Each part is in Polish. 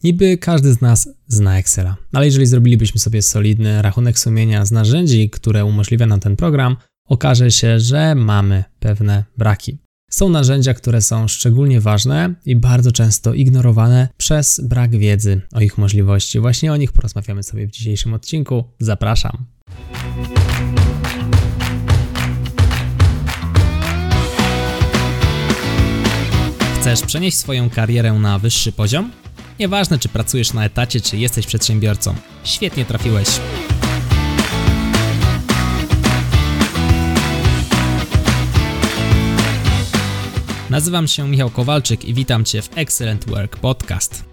Niby każdy z nas zna Excela, ale jeżeli zrobilibyśmy sobie solidny rachunek sumienia z narzędzi, które umożliwia nam ten program, okaże się, że mamy pewne braki. Są narzędzia, które są szczególnie ważne i bardzo często ignorowane przez brak wiedzy o ich możliwości. Właśnie o nich porozmawiamy sobie w dzisiejszym odcinku. Zapraszam. Chcesz przenieść swoją karierę na wyższy poziom? Nieważne, czy pracujesz na etacie, czy jesteś przedsiębiorcą. Świetnie trafiłeś. Nazywam się Michał Kowalczyk i witam Cię w Excellent Work Podcast.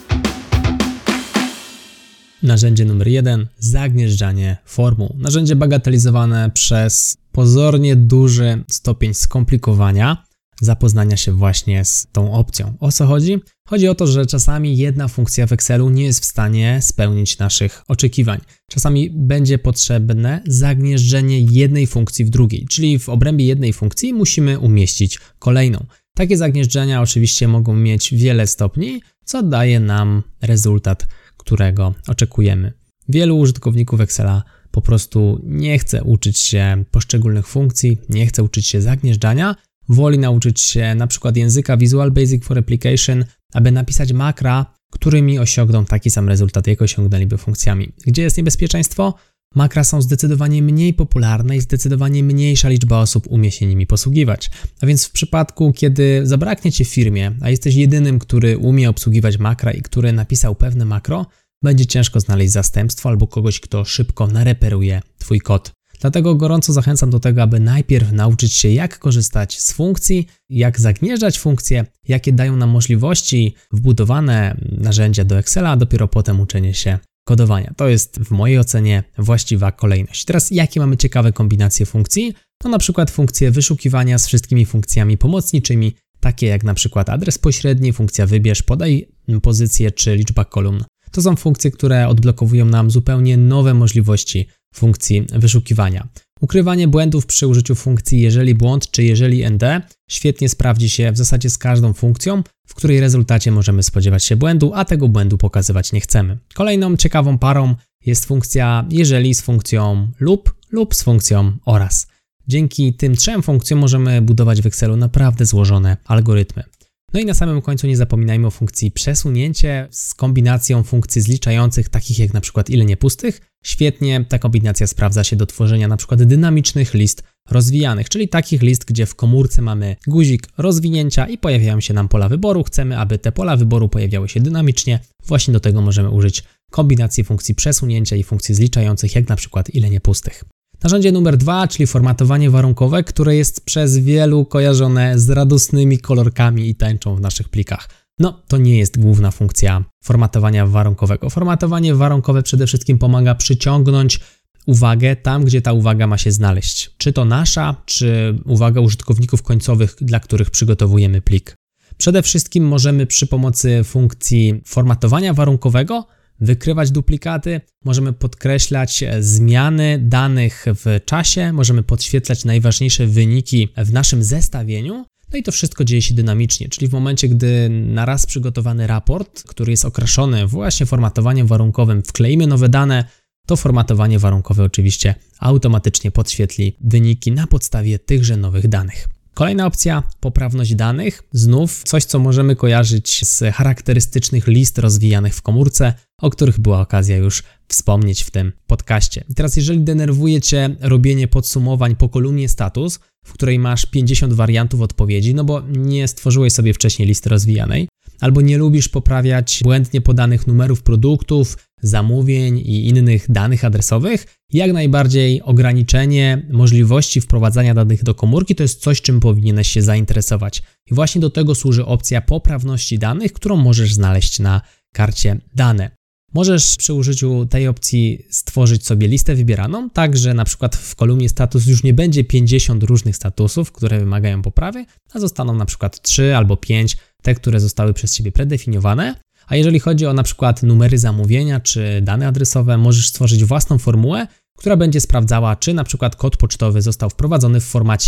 Narzędzie numer 1. Zagnieżdżanie formuł. Narzędzie bagatelizowane przez pozornie duży stopień skomplikowania, zapoznania się właśnie z tą opcją. O co chodzi? Chodzi o to, że czasami jedna funkcja w Excelu nie jest w stanie spełnić naszych oczekiwań. Czasami będzie potrzebne zagnieżdżenie jednej funkcji w drugiej, czyli w obrębie jednej funkcji musimy umieścić kolejną. Takie zagnieżdżenia oczywiście mogą mieć wiele stopni, co daje nam rezultat, którego oczekujemy. Wielu użytkowników Excela po prostu nie chce uczyć się poszczególnych funkcji, nie chce uczyć się zagnieżdżania, woli nauczyć się na przykład języka Visual Basic for Application, aby napisać makra, którymi osiągną taki sam rezultat, jak osiągnęliby funkcjami. Gdzie jest niebezpieczeństwo? Makra są zdecydowanie mniej popularne i zdecydowanie mniejsza liczba osób umie się nimi posługiwać. A więc w przypadku, kiedy zabraknie Cię w firmie, a jesteś jedynym, który umie obsługiwać makra i który napisał pewne makro, będzie ciężko znaleźć zastępstwo albo kogoś, kto szybko nareperuje Twój kod. Dlatego gorąco zachęcam do tego, aby najpierw nauczyć się, jak korzystać z funkcji, jak zagnieżdżać funkcje, jakie dają nam możliwości wbudowane narzędzia do Excela, a dopiero potem uczenie się kodowania. To jest w mojej ocenie właściwa kolejność. Teraz jakie mamy ciekawe kombinacje funkcji? To na przykład funkcje wyszukiwania z wszystkimi funkcjami pomocniczymi, takie jak na przykład adres pośredni, funkcja wybierz, podaj pozycję czy liczba kolumn. To są funkcje, które odblokowują nam zupełnie nowe możliwości funkcji wyszukiwania. Ukrywanie błędów przy użyciu funkcji jeżeli błąd czy jeżeli nd świetnie sprawdzi się w zasadzie z każdą funkcją, w której rezultacie możemy spodziewać się błędu, a tego błędu pokazywać nie chcemy. Kolejną ciekawą parą jest funkcja jeżeli z funkcją lub z funkcją oraz. Dzięki tym trzem funkcjom możemy budować w Excelu naprawdę złożone algorytmy. No i na samym końcu nie zapominajmy o funkcji przesunięcie z kombinacją funkcji zliczających, takich jak na przykład ilenie pustych. Świetnie ta kombinacja sprawdza się do tworzenia na przykład dynamicznych list rozwijanych, czyli takich list, gdzie w komórce mamy guzik rozwinięcia i pojawiają się nam pola wyboru. Chcemy, aby te pola wyboru pojawiały się dynamicznie. Właśnie do tego możemy użyć kombinacji funkcji przesunięcia i funkcji zliczających, jak na przykład ilenie pustych. Narzędzie numer 2, czyli formatowanie warunkowe, które jest przez wielu kojarzone z radosnymi kolorkami i tańczą w naszych plikach. No, to nie jest główna funkcja formatowania warunkowego. Formatowanie warunkowe przede wszystkim pomaga przyciągnąć uwagę tam, gdzie ta uwaga ma się znaleźć. Czy to nasza, czy uwaga użytkowników końcowych, dla których przygotowujemy plik. Przede wszystkim możemy przy pomocy funkcji formatowania warunkowego wykrywać duplikaty, możemy podkreślać zmiany danych w czasie, możemy podświetlać najważniejsze wyniki w naszym zestawieniu, no i to wszystko dzieje się dynamicznie, czyli w momencie, gdy na raz przygotowany raport, który jest okraszony właśnie formatowaniem warunkowym, wkleimy nowe dane, to formatowanie warunkowe oczywiście automatycznie podświetli wyniki na podstawie tychże nowych danych. Kolejna opcja, poprawność danych. Znów coś, co możemy kojarzyć z charakterystycznych list rozwijanych w komórce, o których była okazja już wspomnieć w tym podcaście. I teraz jeżeli denerwuje Cię robienie podsumowań po kolumnie status, w której masz 50 wariantów odpowiedzi, no bo nie stworzyłeś sobie wcześniej listy rozwijanej, albo nie lubisz poprawiać błędnie podanych numerów produktów, zamówień i innych danych adresowych, jak najbardziej ograniczenie możliwości wprowadzania danych do komórki to jest coś, czym powinieneś się zainteresować. I właśnie do tego służy opcja poprawności danych, którą możesz znaleźć na karcie dane. Możesz przy użyciu tej opcji stworzyć sobie listę wybieraną, tak że na przykład w kolumnie status już nie będzie 50 różnych statusów, które wymagają poprawy, a zostaną na przykład 3 albo 5, te, które zostały przez Ciebie predefiniowane. A jeżeli chodzi o na przykład numery zamówienia czy dane adresowe, możesz stworzyć własną formułę, która będzie sprawdzała, czy na przykład kod pocztowy został wprowadzony w formacie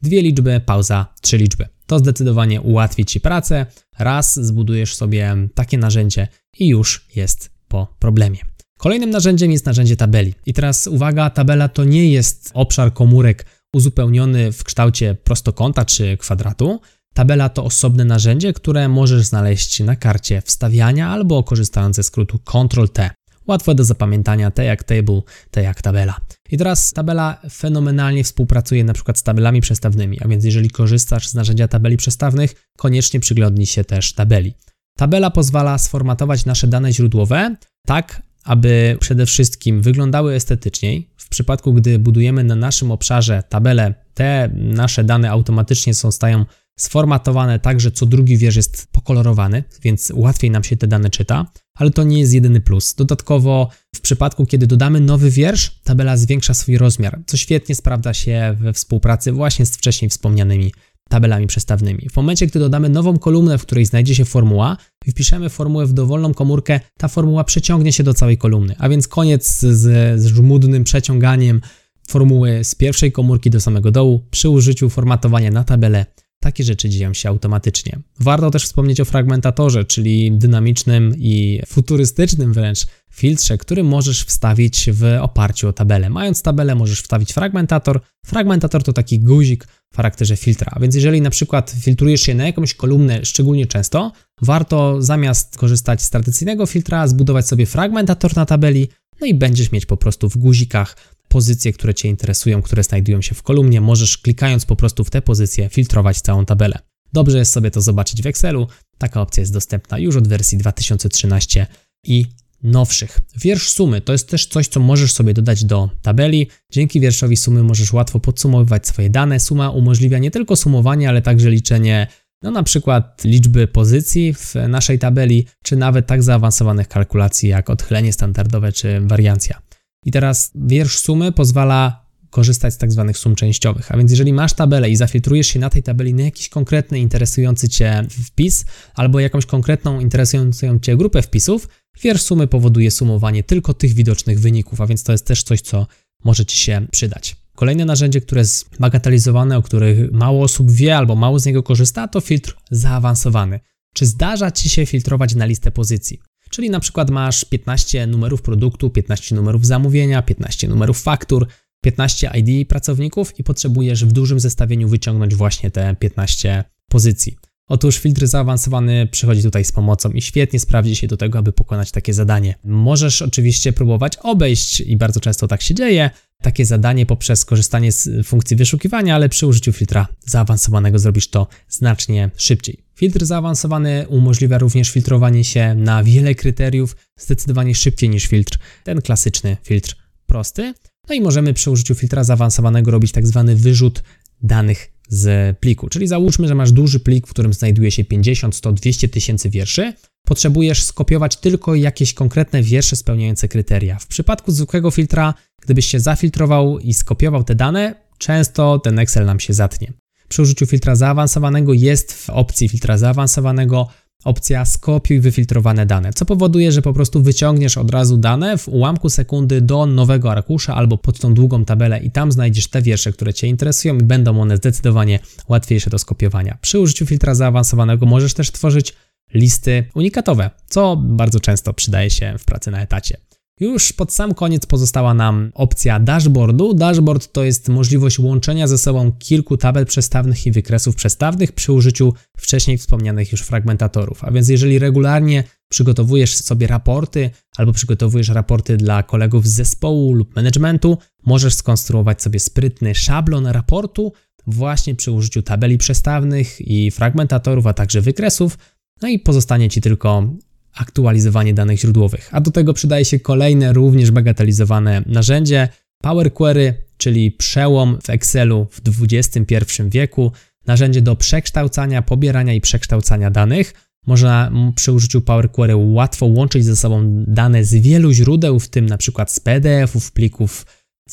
2 liczby, pauza, 3 liczby. To zdecydowanie ułatwi Ci pracę. Raz zbudujesz sobie takie narzędzie i już jest po problemie. Kolejnym narzędziem jest narzędzie tabeli. I teraz uwaga, tabela to nie jest obszar komórek uzupełniony w kształcie prostokąta czy kwadratu. Tabela to osobne narzędzie, które możesz znaleźć na karcie wstawiania albo korzystając ze skrótu Ctrl+T. Łatwe do zapamiętania, T jak table, T jak tabela. I teraz tabela fenomenalnie współpracuje na przykład z tabelami przestawnymi, a więc jeżeli korzystasz z narzędzia tabeli przestawnych, koniecznie przyglądnij się też tabeli. Tabela pozwala sformatować nasze dane źródłowe tak, aby przede wszystkim wyglądały estetyczniej. W przypadku, gdy budujemy na naszym obszarze tabelę, te nasze dane automatycznie stają sformatowane tak, że co drugi wiersz jest pokolorowany, więc łatwiej nam się te dane czyta, ale to nie jest jedyny plus. Dodatkowo w przypadku, kiedy dodamy nowy wiersz, tabela zwiększa swój rozmiar, co świetnie sprawdza się we współpracy właśnie z wcześniej wspomnianymi tabelami przestawnymi. W momencie, gdy dodamy nową kolumnę, w której znajdzie się formuła i wpiszemy formułę w dowolną komórkę, ta formuła przeciągnie się do całej kolumny, a więc koniec z żmudnym przeciąganiem formuły z pierwszej komórki do samego dołu przy użyciu formatowania na tabelę. Takie rzeczy dzieją się automatycznie. Warto też wspomnieć o fragmentatorze, czyli dynamicznym i futurystycznym wręcz filtrze, który możesz wstawić w oparciu o tabelę. Mając tabelę, możesz wstawić fragmentator. Fragmentator to taki guzik w charakterze filtra, a więc jeżeli na przykład filtrujesz się na jakąś kolumnę szczególnie często, warto zamiast korzystać z tradycyjnego filtra, zbudować sobie fragmentator na tabeli, no i będziesz mieć po prostu w guzikach pozycje, które Cię interesują, które znajdują się w kolumnie. Możesz klikając po prostu w te pozycje filtrować całą tabelę. Dobrze jest sobie to zobaczyć w Excelu. Taka opcja jest dostępna już od wersji 2013 i nowszych. Wiersz sumy to jest też coś, co możesz sobie dodać do tabeli. Dzięki wierszowi sumy możesz łatwo podsumowywać swoje dane. Suma umożliwia nie tylko sumowanie, ale także liczenie na przykład liczby pozycji w naszej tabeli, czy nawet tak zaawansowanych kalkulacji jak odchylenie standardowe czy wariancja. I teraz wiersz sumy pozwala korzystać z tak zwanych sum częściowych, a więc jeżeli masz tabelę i zafiltrujesz się na tej tabeli na jakiś konkretny interesujący Cię wpis albo jakąś konkretną interesującą Cię grupę wpisów, wiersz sumy powoduje sumowanie tylko tych widocznych wyników, a więc to jest też coś, co może Ci się przydać. Kolejne narzędzie, które jest bagatelizowane, o których mało osób wie albo mało z niego korzysta, to filtr zaawansowany. Czy zdarza Ci się filtrować na listę pozycji? Czyli na przykład masz 15 numerów produktu, 15 numerów zamówienia, 15 numerów faktur, 15 ID pracowników i potrzebujesz w dużym zestawieniu wyciągnąć właśnie te 15 pozycji. Otóż filtr zaawansowany przychodzi tutaj z pomocą i świetnie sprawdzi się do tego, aby pokonać takie zadanie. Możesz oczywiście próbować obejść i bardzo często tak się dzieje, takie zadanie poprzez korzystanie z funkcji wyszukiwania, ale przy użyciu filtra zaawansowanego zrobisz to znacznie szybciej. Filtr zaawansowany umożliwia również filtrowanie się na wiele kryteriów zdecydowanie szybciej niż filtr, ten klasyczny filtr prosty. No i możemy przy użyciu filtra zaawansowanego robić tak zwany wyrzut danych z pliku. Czyli załóżmy, że masz duży plik, w którym znajduje się 50, 100, 200 tysięcy wierszy. Potrzebujesz skopiować tylko jakieś konkretne wiersze spełniające kryteria. W przypadku zwykłego filtra, gdybyś się zafiltrował i skopiował te dane, często ten Excel nam się zatnie. Przy użyciu filtra zaawansowanego jest w opcji filtra zaawansowanego opcja skopiuj wyfiltrowane dane, co powoduje, że po prostu wyciągniesz od razu dane w ułamku sekundy do nowego arkusza albo pod tą długą tabelę i tam znajdziesz te wiersze, które Cię interesują i będą one zdecydowanie łatwiejsze do skopiowania. Przy użyciu filtra zaawansowanego możesz też tworzyć listy unikatowe, co bardzo często przydaje się w pracy na etacie. Już pod sam koniec pozostała nam opcja dashboardu. Dashboard to jest możliwość łączenia ze sobą kilku tabel przestawnych i wykresów przestawnych przy użyciu wcześniej wspomnianych już fragmentatorów. A więc jeżeli regularnie przygotowujesz sobie raporty albo przygotowujesz raporty dla kolegów z zespołu lub managementu, możesz skonstruować sobie sprytny szablon raportu właśnie przy użyciu tabeli przestawnych i fragmentatorów, a także wykresów. No i pozostanie Ci tylko aktualizowanie danych źródłowych. A do tego przydaje się kolejne, również bagatelizowane narzędzie Power Query, czyli przełom w Excelu w XXI wieku, narzędzie do przekształcania, pobierania i przekształcania danych. Można przy użyciu Power Query łatwo łączyć ze sobą dane z wielu źródeł, w tym na przykład z PDF-ów, plików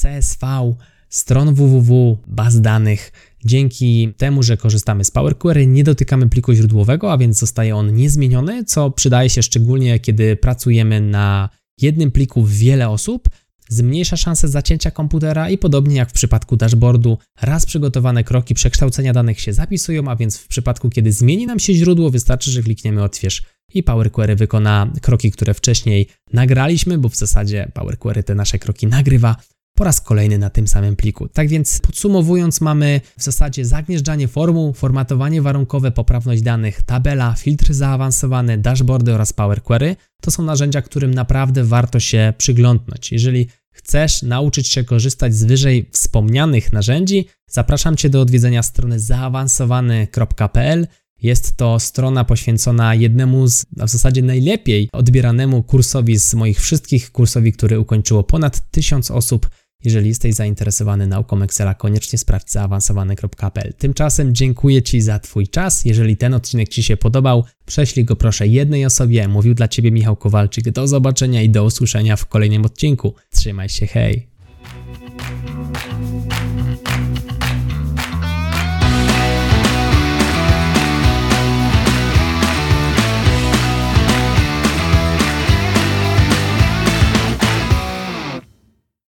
CSV, stron www, baz danych. Dzięki temu, że korzystamy z Power Query, nie dotykamy pliku źródłowego, a więc zostaje on niezmieniony, co przydaje się szczególnie, kiedy pracujemy na jednym pliku wiele osób. zmniejsza szanse zacięcia komputera i podobnie jak w przypadku dashboardu, raz przygotowane kroki przekształcenia danych się zapisują, a więc w przypadku, kiedy zmieni nam się źródło, wystarczy, że klikniemy odtwórz i Power Query wykona kroki, które wcześniej nagraliśmy, bo w zasadzie Power Query te nasze kroki nagrywa po raz kolejny na tym samym pliku. Tak więc podsumowując, mamy w zasadzie zagnieżdżanie formuł, formatowanie warunkowe, poprawność danych, tabela, filtry zaawansowane, dashboardy oraz Power Query. To są narzędzia, którym naprawdę warto się przyglądnąć. Jeżeli chcesz nauczyć się korzystać z wyżej wspomnianych narzędzi, zapraszam Cię do odwiedzenia strony zaawansowany.pl. Jest to strona poświęcona jednemu z, w zasadzie najlepiej odbieranemu kursowi z moich wszystkich, kursowi, który ukończyło ponad 1000 osób. Jeżeli jesteś zainteresowany nauką Excela, koniecznie sprawdź zaawansowany.pl. Tymczasem dziękuję Ci za Twój czas. Jeżeli ten odcinek Ci się podobał, prześlij go proszę jednej osobie. Mówił dla Ciebie Michał Kowalczyk. Do zobaczenia i do usłyszenia w kolejnym odcinku. Trzymaj się, hej!